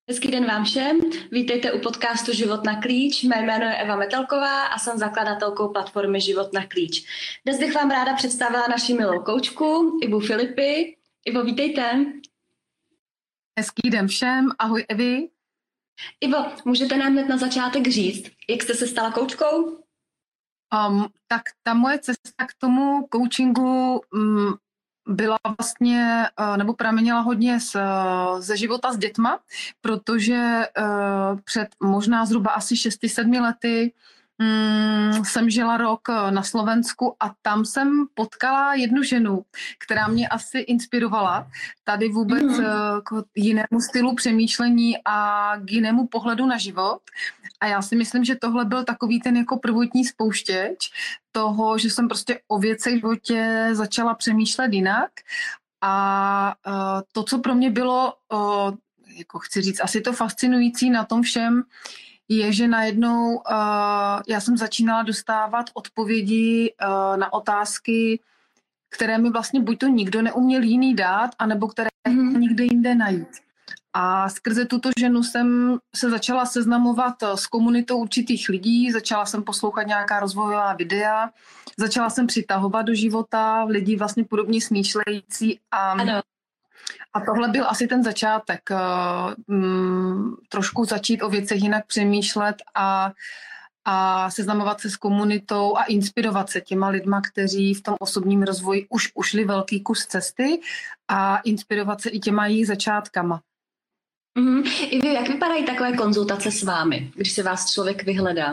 Hezký den vám všem. Vítejte u podcastu Život na klíč. Mé jméno je Eva Metelková a jsem zakladatelkou platformy Život na klíč. Dnes bych vám ráda představila naši milou koučku Ivu Filipy. Ivo, vítejte. Hezký den všem. Ahoj, Evi. Ivo, můžete nám hned na začátek říct, jak jste se stala koučkou? Tak ta moje cesta k tomu coachingu byla vlastně, nebo pramenila hodně ze života s dětma, protože před možná zhruba asi 6-7 lety jsem žila rok na Slovensku a tam jsem potkala jednu ženu, která mě asi inspirovala tady vůbec k jinému stylu přemýšlení a k jinému pohledu na život. A já si myslím, že tohle byl takový ten jako prvotní spouštěč toho, že jsem prostě o věcech v životě začala přemýšlet jinak. A to, co pro mě bylo, jako chci říct, asi to fascinující na tom všem, je, že najednou já jsem začínala dostávat odpovědi na otázky, které mi vlastně buď to nikdo neuměl jiný dát, anebo které nikde jinde najít. A skrze tuto ženu jsem se začala seznamovat s komunitou určitých lidí, začala jsem poslouchat nějaká rozvojová videa, začala jsem přitahovat do života lidi vlastně podobně smýšlející a tohle byl asi ten začátek, trošku začít o věcech jinak přemýšlet a seznamovat se s komunitou a inspirovat se těma lidma, kteří v tom osobním rozvoji už ušli velký kus cesty a inspirovat se i těma jejich začátkama. I vy, jak vypadají takové konzultace s vámi, když se vás člověk vyhledá?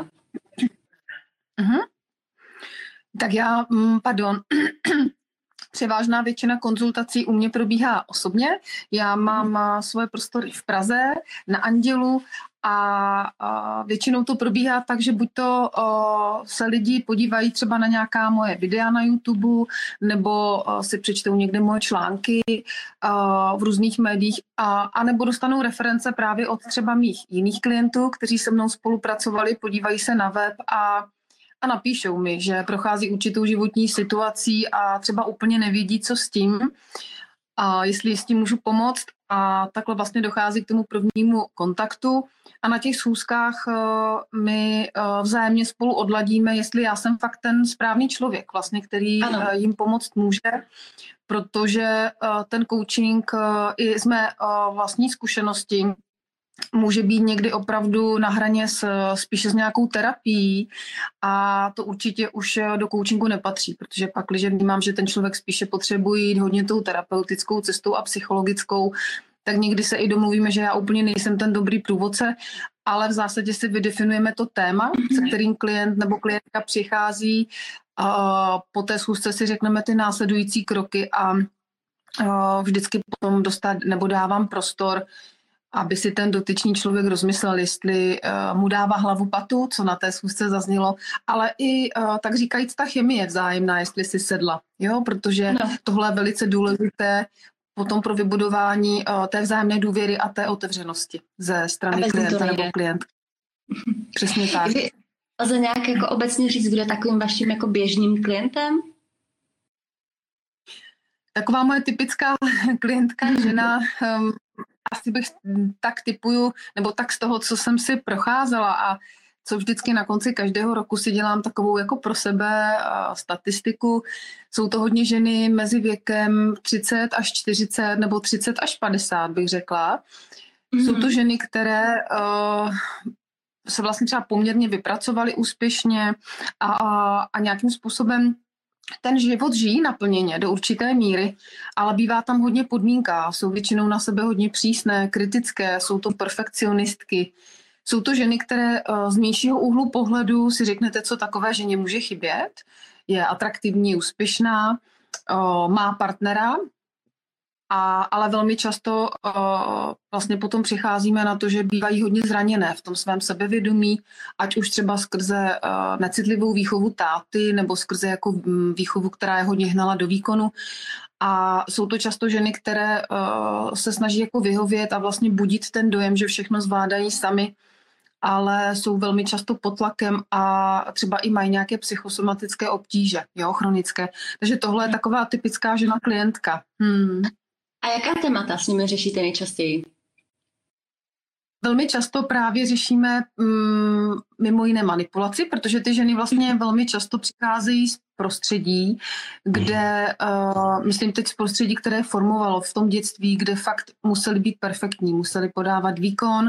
Tak já, převážná většina konzultací u mě probíhá osobně. Já mám svoje prostory v Praze, na Andělu a většinou to probíhá tak, že buď to se lidi podívají třeba na nějaká moje videa na YouTube, nebo si přečtou někde moje články v různých médiích, a nebo dostanou reference právě od třeba mých jiných klientů, kteří se mnou spolupracovali, podívají se na web a napíšou mi, že prochází určitou životní situací a třeba úplně nevědí, co s tím, a jestli s tím můžu pomoct. A takhle vlastně dochází k tomu prvnímu kontaktu a na těch schůzkách my vzájemně spolu odladíme, jestli já jsem fakt ten správný člověk, vlastně, který jim pomoct může, protože ten coaching i z mé vlastní zkušenosti může být někdy opravdu na hraně spíše s nějakou terapií a to určitě už do coachingu nepatří, protože pak, když vnímám, že ten člověk spíše potřebuje jít hodně tou terapeutickou cestou a psychologickou, tak někdy se i domluvíme, že já úplně nejsem ten dobrý průvodce, ale v zásadě si vydefinujeme to téma, se kterým klient nebo klientka přichází. Po té schůzce si řekneme ty následující kroky a vždycky potom dávám prostor, aby si ten dotyčný člověk rozmyslel, jestli mu dává hlavu patu, co na té schůzce zaznělo, ale i tak říkajíc ta chemie vzájemná, jestli si sedla, jo, protože tohle je velice důležité potom pro vybudování té vzájemné důvěry a té otevřenosti ze strany klienta nebo klientky. Přesně tak. Lze nějak jako obecně říct, kdo je takovým vaším jako běžným klientem? Taková moje typická klientka, žena, asi bych tak typuju, nebo tak z toho, co jsem si procházela a co vždycky na konci každého roku si dělám takovou jako pro sebe statistiku. Jsou to hodně ženy mezi věkem 30 až 40 nebo 30 až 50, bych řekla. Jsou to ženy, které se vlastně třeba poměrně vypracovaly úspěšně a nějakým způsobem ten život žijí naplněně do určité míry, ale bývá tam hodně podmínka. Jsou většinou na sebe hodně přísné, kritické, jsou to perfekcionistky. Jsou to ženy, které z vnějšího úhlu pohledu si řeknete, co takové ženě může chybět. Je atraktivní, úspěšná, má partnera, ale velmi často vlastně potom přicházíme na to, že bývají hodně zraněné v tom svém sebevědomí, ať už třeba skrze necitlivou výchovu táty nebo skrze jako výchovu, která je hodně hnala do výkonu. A jsou to často ženy, které se snaží jako vyhovět a vlastně budit ten dojem, že všechno zvládají sami, ale jsou velmi často pod tlakem a třeba i mají nějaké psychosomatické obtíže, jo, chronické. Takže tohle je taková typická žena klientka. A jaká témata s nimi řešíte nejčastěji? velmi často právě řešíme mimo jiné manipulaci, protože ty ženy vlastně velmi často přicházejí z prostředí, kde, myslím teď z prostředí, které formovalo v tom dětství, kde fakt museli být perfektní, museli podávat výkon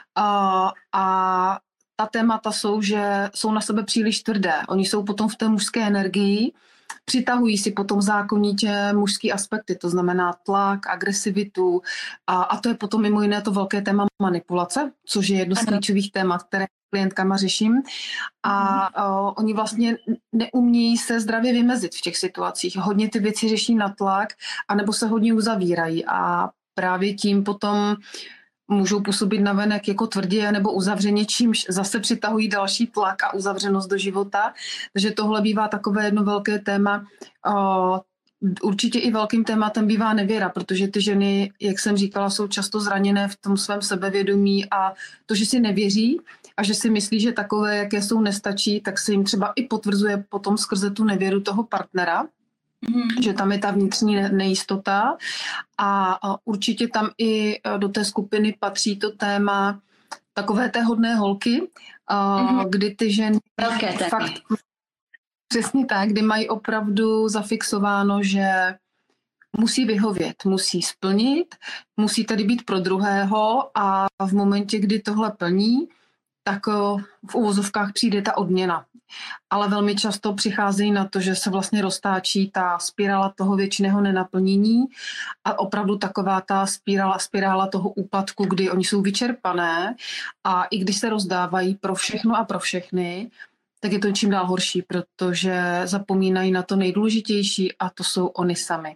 a ta témata jsou, že jsou na sebe příliš tvrdé. Oni jsou potom v té mužské energii, přitahují si potom zákonitě mužský aspekty, to znamená tlak, agresivitu a to je potom mimo jiné to velké téma manipulace, což je jedno z klíčových témat, které klientkama řeším a oni vlastně neumějí se zdravě vymezit v těch situacích. Hodně ty věci řeší na tlak anebo se hodně uzavírají a právě tím potom můžou působit navenek jako tvrdě nebo uzavřeně, čímž zase přitahují další tlak a uzavřenost do života. Takže tohle bývá takové jedno velké téma. Určitě i velkým tématem bývá nevěra, protože ty ženy, jak jsem říkala, jsou často zraněné v tom svém sebevědomí a to, že si nevěří a že si myslí, že takové, jaké jsou, nestačí, tak se jim třeba i potvrzuje potom skrze tu nevěru toho partnera. Že tam je ta vnitřní nejistota a určitě tam i do té skupiny patří to téma takové té hodné holky, kdy ty ženy fakt přesně tak, kdy mají opravdu zafixováno, že musí vyhovět, musí splnit, musí tady být pro druhého a v momentě, kdy tohle plní, tak v uvozovkách přijde ta odměna. Ale velmi často přicházejí na to, že se vlastně roztáčí ta spirála toho věčného nenaplnění a opravdu taková ta spirála toho úpadku, kdy oni jsou vyčerpané a i když se rozdávají pro všechno a pro všechny, tak je to čím dál horší, protože zapomínají na to nejdůležitější a to jsou oni sami.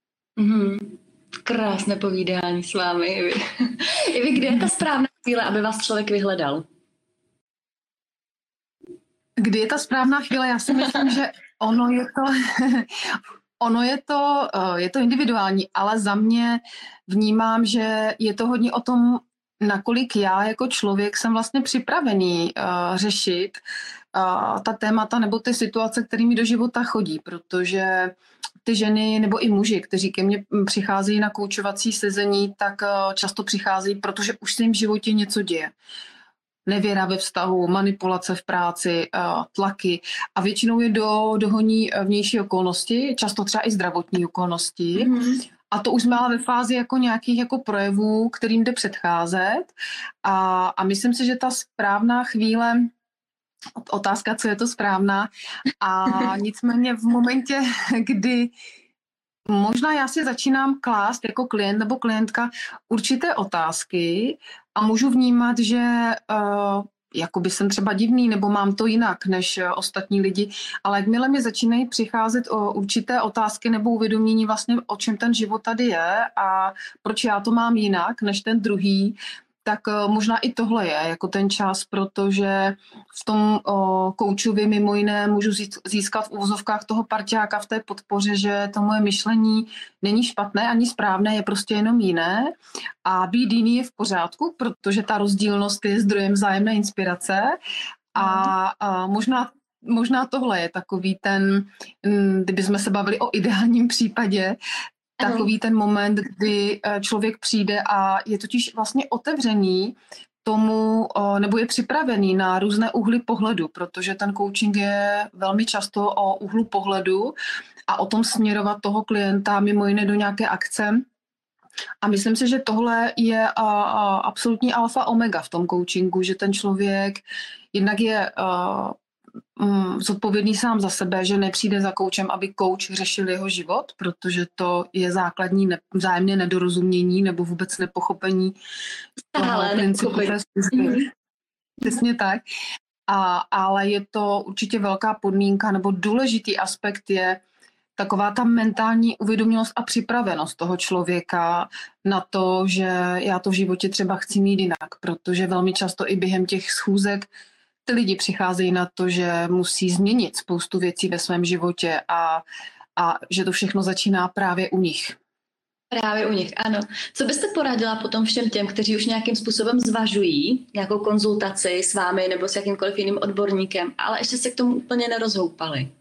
Krásné povídání s vámi, Ivi. Ivi, kde je ta správná chvíle, aby vás člověk vyhledal? Kdy je ta správná chvíle? Já si myslím, že je to individuální, ale za mě vnímám, že je to hodně o tom, nakolik já jako člověk jsem vlastně připravený řešit ta témata nebo ty situace, které mi do života chodí, protože ty ženy nebo i muži, kteří ke mně přicházejí na koučovací sezení, tak často přicházejí, protože už se jim v životě něco děje. Nevěra ve vztahu, manipulace v práci, tlaky a většinou je dohoní vnější okolnosti, často třeba i zdravotní okolnosti. A to už jsme ale ve fázi jako nějakých jako projevů, kterým jde předcházet. A myslím si, že ta správná chvíle, otázka, co je to správná, a nicméně v momentě, kdy možná já si začínám klást jako klient nebo klientka určité otázky a můžu vnímat, že jakoby jsem třeba divný nebo mám to jinak než ostatní lidi, ale jakmile mi začínají přicházet o určité otázky nebo uvědomění vlastně, o čem ten život tady je a proč já to mám jinak než ten druhý, tak možná i tohle je jako ten čas, protože v tom koučovi mimo jiné můžu získat v uvozovkách toho parťáka v té podpoře, že to moje myšlení není špatné ani správné, je prostě jenom jiné a být jiný je v pořádku, protože ta rozdílnost je zdrojem vzájemné inspirace a možná tohle je takový ten, kdybychom se bavili o ideálním případě, takový ten moment, kdy člověk přijde a je totiž vlastně otevřený tomu, nebo je připravený na různé úhly pohledu, protože ten coaching je velmi často o úhlu pohledu a o tom směrovat toho klienta mimo jiné do nějaké akce. A myslím si, že tohle je absolutní alfa omega v tom coachingu, že ten člověk jednak je zodpovědný sám za sebe, že nepřijde za koučem, aby kouč řešil jeho život, protože to je základní vzájemné nedorozumění nebo vůbec nepochopení toho principu té služby. Přesně tak. Ale je to určitě velká podmínka nebo důležitý aspekt je taková ta mentální uvědomělost a připravenost toho člověka na to, že já to v životě třeba chci mít jinak, protože velmi často i během těch schůzek ty lidi přicházejí na to, že musí změnit spoustu věcí ve svém životě a že to všechno začíná právě u nich. Právě u nich, ano. Co byste poradila potom všem těm, kteří už nějakým způsobem zvažují nějakou konzultaci s vámi nebo s jakýmkoliv jiným odborníkem, ale ještě se k tomu úplně nerozhoupali?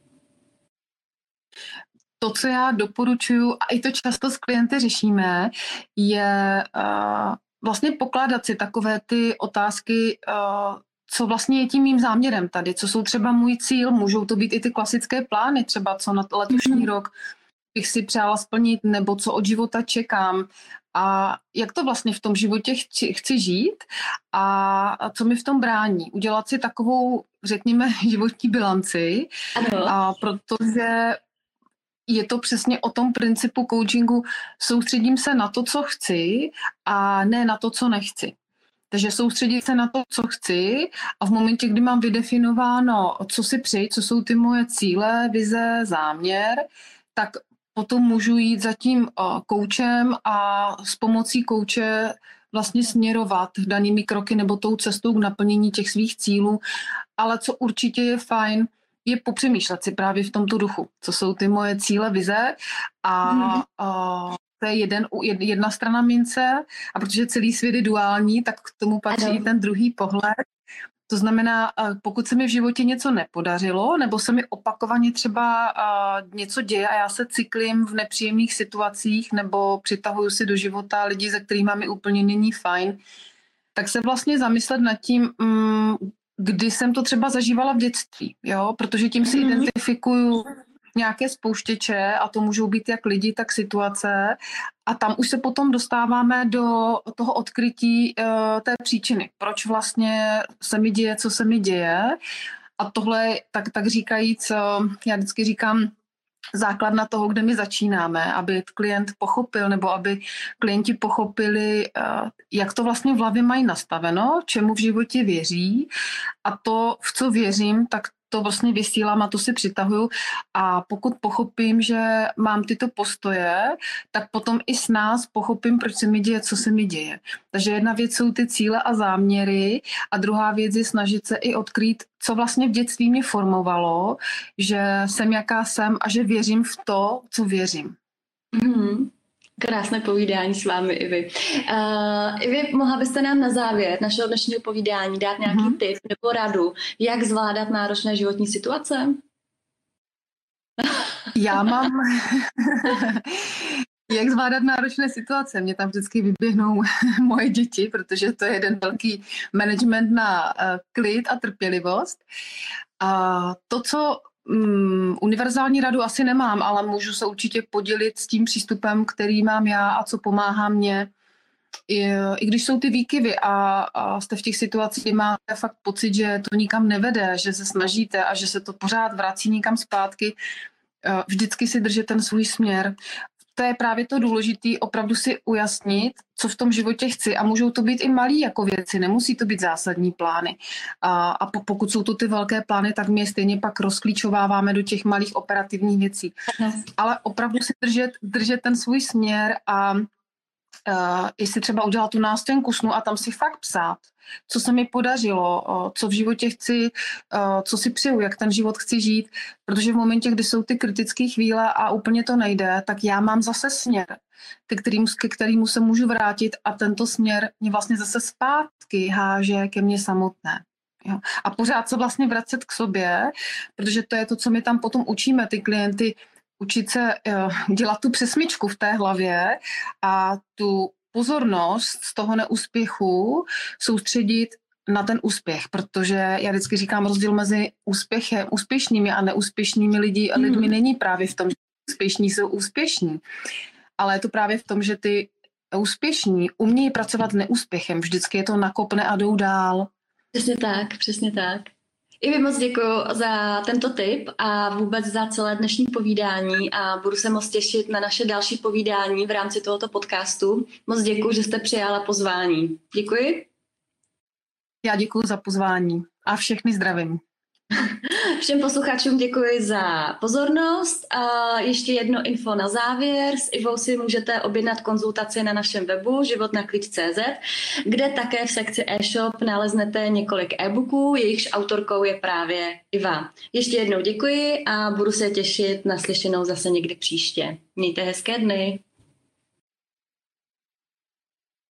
To, co já doporučuji, a i to často s klienty řešíme, je vlastně pokládat si takové ty otázky, co vlastně je tím mým záměrem tady, co jsou třeba můj cíl, můžou to být i ty klasické plány, třeba co na letošní rok bych si přála splnit, nebo co od života čekám a jak to vlastně v tom životě chci žít a co mi v tom brání. Udělat si takovou, řekněme, životní bilanci, a protože je to přesně o tom principu coachingu, soustředím se na to, co chci a ne na to, co nechci. Takže soustředit se na to, co chci a v momentě, kdy mám vydefinováno, co si přeji, co jsou ty moje cíle, vize, záměr, tak potom můžu jít za tím koučem a s pomocí kouče vlastně směrovat danými kroky nebo tou cestou k naplnění těch svých cílů. Ale co určitě je fajn, je popřemýšlet si právě v tomto duchu, co jsou ty moje cíle, vize a to je jedna strana mince a protože celý svět je duální, tak k tomu patří i ten druhý pohled. To znamená, pokud se mi v životě něco nepodařilo, nebo se mi opakovaně třeba něco děje a já se cyklím v nepříjemných situacích nebo přitahuju si do života lidi, se kterými mi úplně není fajn, tak se vlastně zamyslet nad tím, kdy jsem to třeba zažívala v dětství, jo? Protože tím si identifikuju nějaké spouštěče a to můžou být jak lidi, tak situace a tam už se potom dostáváme do toho odkrytí té příčiny. Proč vlastně se mi děje, co se mi děje a tohle, tak říkajíc, já vždycky říkám, základna toho, kde my začínáme, aby klient pochopil nebo aby klienti pochopili, jak to vlastně v hlavě mají nastaveno, čemu v životě věří a to, v co věřím, tak to vlastně vysílám a to si přitahuju a pokud pochopím, že mám tyto postoje, tak potom i s nás pochopím, proč se mi děje, co se mi děje. Takže jedna věc jsou ty cíle a záměry a druhá věc je snažit se i odkrýt, co vlastně v dětství mě formovalo, že jsem jaká jsem a že věřím v to, co věřím. Krásné povídání s vámi, Ivi. Ivi, mohla byste nám na závěr našeho dnešního povídání dát nějaký tip nebo radu, jak zvládat náročné životní situace? Já mám... Jak zvládat náročné situace? Mě tam vždycky vyběhnou moje děti, protože to je jeden velký management na klid a trpělivost. A to, co univerzální radu asi nemám, ale můžu se určitě podělit s tím přístupem, který mám já a co pomáhá mně. I když jsou ty výkyvy a jste v těch situacích, máte fakt pocit, že to nikam nevede, že se snažíte a že se to pořád vrací nikam zpátky, vždycky si držet ten svůj směr. To je právě to důležité, opravdu si ujasnit, co v tom životě chci a můžou to být i malý jako věci, nemusí to být zásadní plány. A pokud jsou to ty velké plány, tak my je stejně pak rozklíčováváme do těch malých operativních věcí. Ale opravdu si držet ten svůj směr a jestli třeba udělat tu nástěnku snu a tam si fakt psát, co se mi podařilo, co v životě chci, co si přeju, jak ten život chci žít, protože v momentě, kdy jsou ty kritické chvíle a úplně to nejde, tak já mám zase směr, ke kterému se můžu vrátit a tento směr mě vlastně zase zpátky háže ke mně samotné. Jo. A pořád se vlastně vracet k sobě, protože to je to, co my tam potom učíme ty klienty, učit se dělat tu přesmyčku v té hlavě a tu pozornost z toho neúspěchu soustředit na ten úspěch, protože já vždycky říkám, rozdíl mezi úspěšnými a neúspěšnými lidmi není právě v tom, že úspěšní jsou úspěšní, ale je to právě v tom, že ty úspěšní umějí pracovat s neúspěchem. Vždycky je to nakopne a jdou dál. Přesně tak. Ivi, moc děkuji za tento tip a vůbec za celé dnešní povídání a budu se moc těšit na naše další povídání v rámci tohoto podcastu. Moc děkuji, že jste přijala pozvání. Děkuji. Já děkuji za pozvání a všechny zdravím. Všem posluchačům děkuji za pozornost. A ještě jedno info na závěr. S Ivou si můžete objednat konzultaci na našem webu životnaklid.cz, kde také v sekci e-shop naleznete několik e-booků, jejichž autorkou je právě Iva. Ještě jednou děkuji a budu se těšit na slyšenou zase někdy příště. Mějte hezké dny.